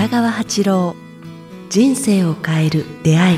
北川八郎、人生を変える出会い。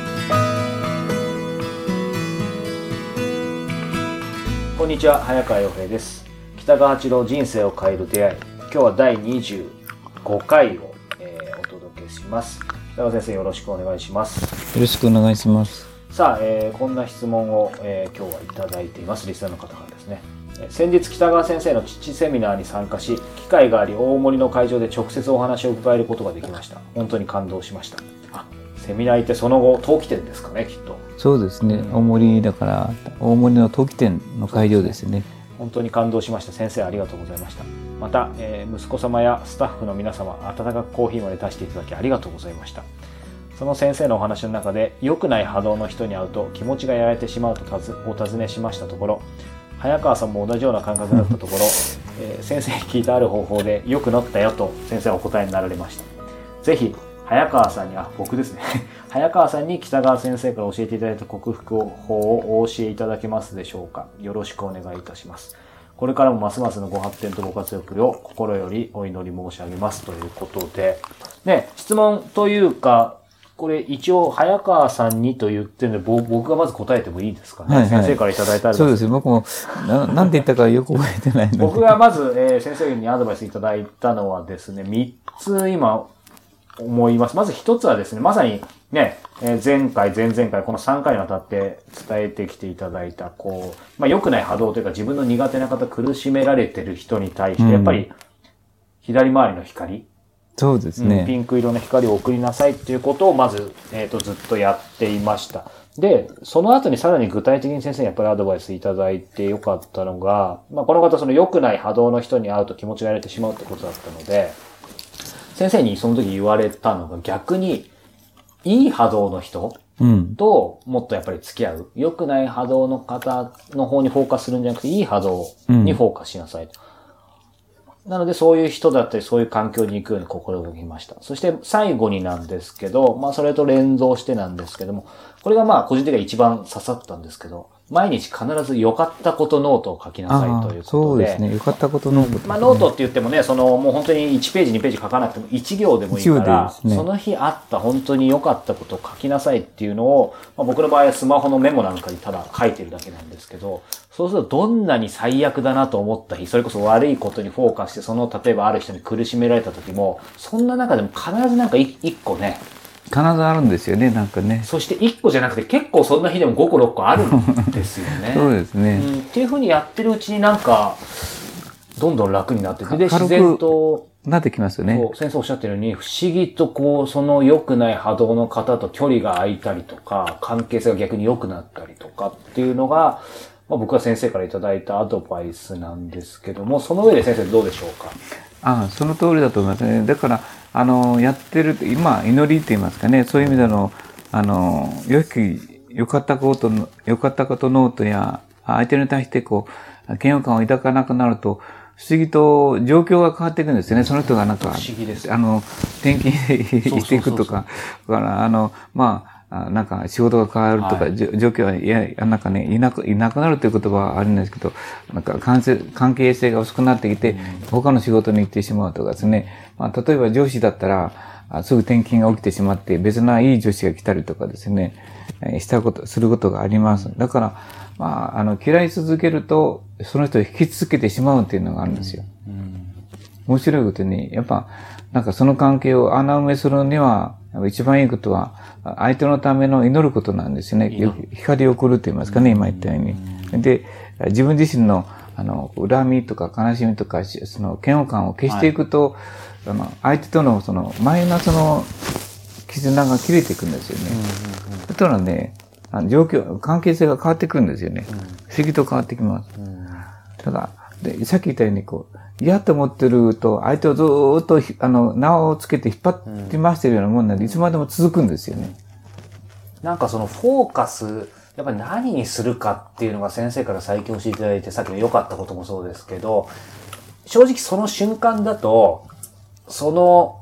こんにちは、早川洋平です。北川八郎、人生を変える出会い。今日は第25回を、お届けします。北川先生、よろしくお願いします。 よろしくお願いします。 さあ、こんな質問を、今日はいただいています。リスナーの方からですね。先日北川先生の父セミナーに参加し、機会があり大森の会場で直接お話を伺えることができました。本当に感動しました。セミナー行ってその後冬季展ですかね、きっと。 そうですね、大森だから大森の冬季展の会場ですね。 本当に感動しました。先生ありがとうございました。また、息子様やスタッフの皆様、温かくコーヒーまで出していただきありがとうございました。その先生のお話の中で良くない波動の人に会うと気持ちがやられてしまうとお尋ねしましたところ、早川さんも同じような感覚だったところ、先生に聞いたある方法でよくなったよと先生はお答えになられました。ぜひ早川さんに、僕ですね早川さんに北川先生から教えていただいた克服法をお教えいただけますでしょうか。よろしくお願いいたします。これからもますますのご発展とご活躍を心よりお祈り申し上げますということで、ね、質問というか、これ一応早川さんにと言ってるので、僕がまず答えてもいいですかね。はいはい、先生からいただいた。 そうです。僕も何て言ったかよく覚えてないので。 僕がまず、先生にアドバイスいただいたのはですね、3つ今思います。まず1つはですね、まさにね、前回、前々回、この3回にわたって伝えてきていただいた、良くない波動というか自分の苦手な方、苦しめられてる人に対して、やっぱり左回りの光、 そうですね、 ピンク色の光を送りなさいっていうことをまず、ずっとやっていました。で、その後にさらに具体的に先生にやっぱりアドバイスいただいてよかったのが、この方その良くない波動の人に会うと気持ちがやれてしまうってことだったので、先生にその時言われたのが逆に、いい波動の人ともっとやっぱり付き合う。良くない波動の方の方にフォーカスするんじゃなくて、いい波動にフォーカスしなさいと。なのでそういう人だったりそういう環境に行くように心がけました。そして最後になんですけど、それと連動してなんですけども、これが個人的には一番刺さったんですけど、毎日必ず良かったことノートを書きなさいということで。 そうですね。良かったことノート、 ノートって言ってもね、もう本当に1ページ2ページ書かなくても1行でもいいから、その日あった本当に良かったことを書きなさいっていうのを、僕の場合はスマホのメモなんかにただ書いてるだけなんですけど、そうするとどんなに最悪だなと思った日、それこそ悪いことにフォーカスして、例えばある人に苦しめられた時も、そんな中でも必ずなんか1個ね、 必ずあるんですよね、なんかね。 そして1個じゃなくて結構そんな日でも5個6個あるんですよね。 そうですね、 っていう風にやってるうちになんか、どんどん楽になってて、で、自然と、 なってきますよね。 そう、先生おっしゃってるように、不思議とその良くない波動の方と距離が空いたりとか、関係性が逆に良くなったりとかっていうのが、僕は先生からいただいたアドバイスなんですけども、その上で先生どうでしょうか？ その通りだと思いますね。だから、やってる、今、祈りって言いますかね、そういう意味での、良かったことノートや、相手に対して嫌悪感を抱かなくなると、不思議と状況が変わっていくんですよね。その人がなんか、 不思議です。 転勤していくとか、だからなんか仕事が変わるとか、状況は、なんかね、いなくなるという言葉はあるんですけど、なんか関係性が薄くなってきて、他の仕事に行ってしまうとかですね。例えば上司だったら、すぐ転勤が起きてしまって、別ないい上司が来たりとかですね、することがあります。だから、嫌い続けると、その人を引き続けてしまうっていうのがあるんですよ。面白いことに、やっぱ、なんかその関係を穴埋めするには、一番いいことは、相手のための祈ることなんですよね。光を送るって言いますかね、今言ったように。で、自分自身の、恨みとか悲しみとか、その嫌悪感を消していくと、相手とのマイナスの絆が切れていくんですよね。だからね、関係性が変わってくるんですよね。不思議と変わってきます。だから、さっき言ったように嫌と思ってると、相手をずーっと、縄をつけて引っ張って回してるようなもんなんで、いつまでも続くんですよね。 なんかフォーカス、やっぱり何にするかっていうのが先生から最近教えていただいて、さっきの良かったこともそうですけど、正直その瞬間だと、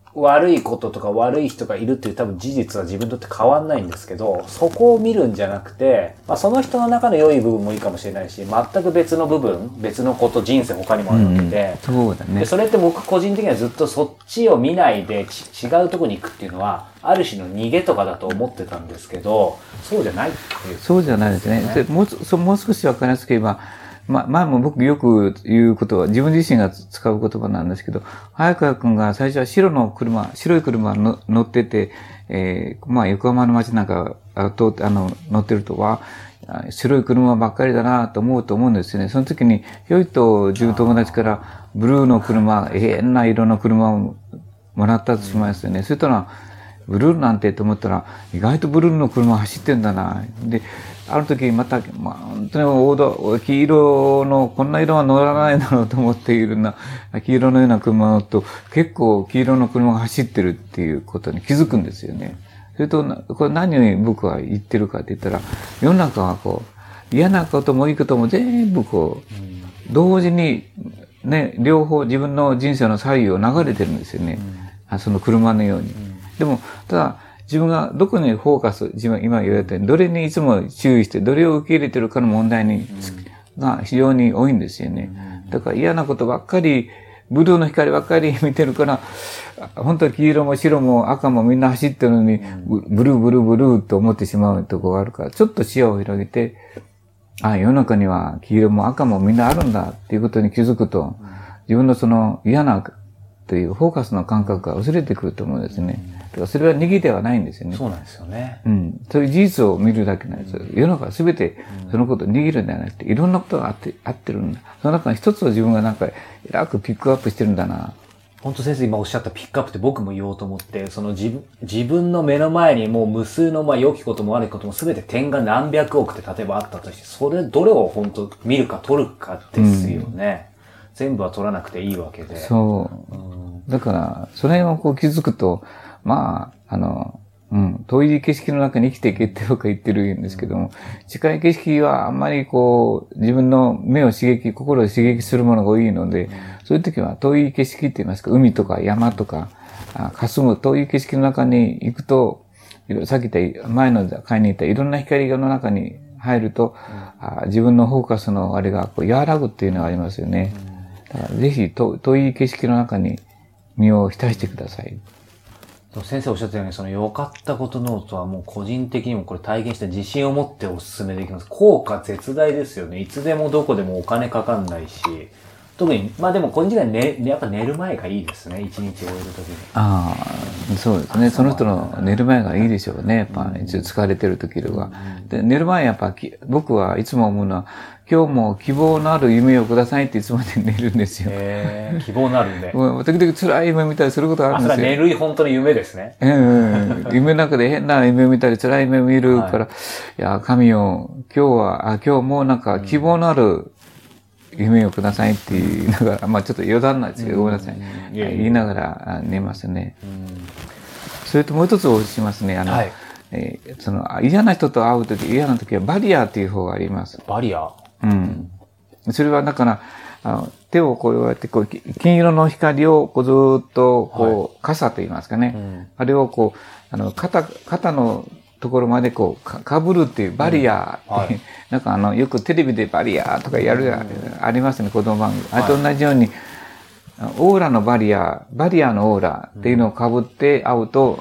悪いこととか悪い人がいるっていう多分事実は自分にとって変わんないんですけど、そこを見るんじゃなくて、まあその人の中の良い部分もいいかもしれないし、全く別の部分、別のこと、人生他にもあるわけで、 そうだね。 でそれって僕個人的にはずっとそっちを見ないで違うところに行くっていうのは、ある種の逃げとかだと思ってたんですけど、そうじゃないっていう。 そうじゃないですね。もう少しわかりやすく言えば、前も僕よく言うことは、自分自身が使う言葉なんですけど、早川くんが最初は白い車乗ってて、横浜の街なんか乗ってるとは、白い車ばっかりだなと思うんですよね。その時に、ひょいと自分友達から、ブルーの車、変な色の車をもらったとしますよね。それとブルーなんてと思ったら、意外とブルーの車走ってんだな。で、ある時また、本当に黄色の、こんな色は乗らないだろうと思っている黄色のような車乗ると、結構黄色の車が走ってるっていうことに気づくんですよね。それと、これ何を僕は言ってるかって言ったら、世の中は嫌なこともいいことも全部同時に、ね、両方自分の人生の左右を流れてるんですよね。その車のように。でも、ただ、自分がどこにフォーカス、今言われたように、どれにいつも注意して、どれを受け入れてるかの問題が非常に多いんですよね。だから嫌なことばっかり、ブルーの光ばっかり見てるから、本当は黄色も白も赤もみんな走ってるのに、ブルーと思ってしまうところがあるから、ちょっと視野を広げて、世の中には黄色も赤もみんなあるんだっていうことに気づくと、自分のその嫌なというフォーカスの感覚が薄れてくると思うんですね。だからそれは逃げではないんですよね。 そうなんですよね。 そういう事実を見るだけなんですよ。世の中は全てそのことを逃げるんじゃなくて、いろんなことがあってるんだ。その中に一つを自分が偉くピックアップしてるんだな。 本当先生今おっしゃったピックアップって僕も言おうと思って、その自分の目の前にもう無数の良きことも悪いことも全て点が何百億って例えばあったとして、どれを本当見るか取るかですよね。全部は取らなくていいわけで。 そう。だから、それを気づくと、遠い景色の中に生きていけって僕は言ってるんですけども、近い景色はあんまり自分の目を心を刺激するものが多いので、そういう時は遠い景色って言いますか、海とか山とか、霞む遠い景色の中に行くと、さっき言った前の回に言ったいろんな光の中に入ると、自分のフォーカスのあれが和らぐっていうのがありますよね。だからぜひ遠い景色の中に身を浸してください。 先生おっしゃったように、その良かったことノートはもう個人的にもこれ体現して自信を持ってお勧めできます。効果絶大ですよね。いつでもどこでもお金かかんないし。特に、でも個人的にはやっぱ寝る前がいいですね。一日終えるときに。 そうですね。その人の寝る前がいいでしょうね。やっぱ、疲れてる時は。で、寝る前やっぱ、僕はいつも思うのは、今日も希望のある夢をくださいっていつも寝るんですよ。 希望のある夢。 時々辛い夢見たりすることがあるんですよ。 それは寝る本当の夢ですね。 夢の中で変な夢見たり辛い夢見るから、いや、神よ、今日も希望のある夢をくださいって言いながら、ちょっと余談なんですけど、ごめんなさい。言いながら寝ますね。それともう一つお教えしますね。嫌な人と会うとき、嫌なときはバリアっていう方があります。 バリア？ それはだから、手をこうやって金色の光をずっと傘と言いますかね。あれを肩のところまでかぶるっていうバリアって、よくテレビでバリアとかありますね、子供番組。あれと同じように、オーラのバリアのオーラっていうのをかぶって会うと、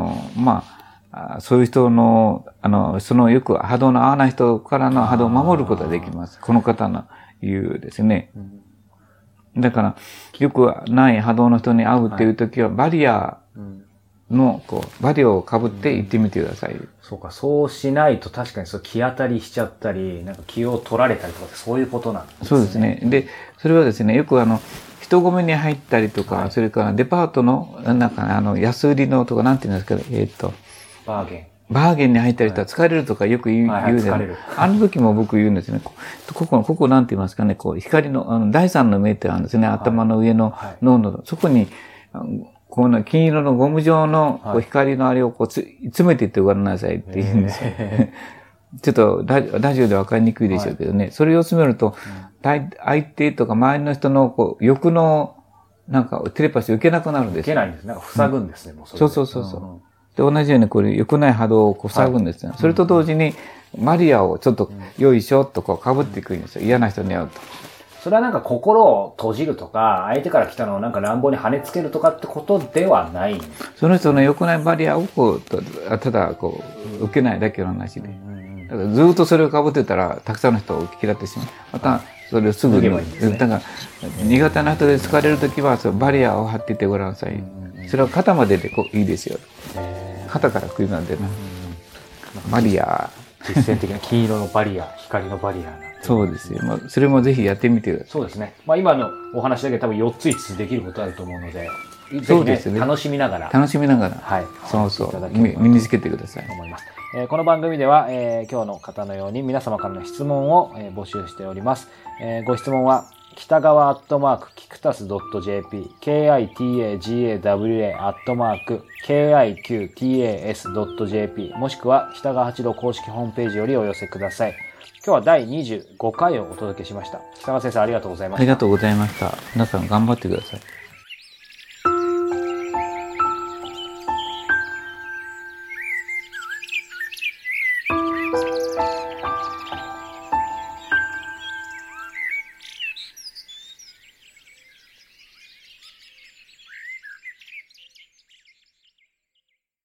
そういう人の、そのよく波動の合わない人からの波動を守ることができます。この方の言うですね。だから、よくない波動の人に会うっていう時は、バリアを被って行ってみてください。 そうか、そうしないと確かに気当たりしちゃったり、気を取られたりとかってそういうことなんですね。 そうですね。で、それはですね、よく人混みに入ったりとか、それからデパートの、安売りのとか、なんて言うんですか、バーゲンに入ったりとか疲れるとかよく言うじゃない。あの時も僕言うんですね。ここなんて言いますかね、光の、第三の目ってあるんですね。頭の上の脳の、そこに、この金色のゴム状の光のあれを詰めていってごらんなさいって言うんですよ。ちょっとラジオでわかりにくいでしょうけどね。それを詰めると、相手とか周りの人の欲のなんかテレパシー受けなくなるんですよ。 受けないんです。なんか塞ぐんですね、もうそうそうそうそう。で、同じようにこれ良くない波動をこう塞ぐんですよ。それと同時に、マリアをちょっと、よいしょっとこう被っていくんですよ。嫌な人に会うと。 それはなんか心を閉じるとか、相手から来たのをなんか乱暴に跳ねつけるとかってことではないんです。 その人の良くないバリアをこう、ただこう、受けないだけの話で。だからずっとそれを被ってたら、たくさんの人を嫌ってしまう。また、それをすぐに、だから、苦手な人で疲れるときは、そのバリアを張っていってごらんなさい。それは肩まででいいですよ。肩から来るなんでな。バリア。 実践的な金色のバリア、光のバリアなんて。 そうですよ。まあ、それもぜひやってみてください。 そうですね。まあ今のお話だけ多分4つ5つできることあると思うので、 そうですね。 楽しみながら。 楽しみながら。 はい。 そうそう。身につけてください。 思います。この番組では、今日の方のように皆様からの質問を、募集しております。ご質問は、北川キクタス .jp、kitagawa @kiqtas.jp、もしくは北川八郎公式ホームページよりお寄せください。今日は第25回をお届けしました。北川先生ありがとうございました。 ありがとうございました。皆さん頑張ってください。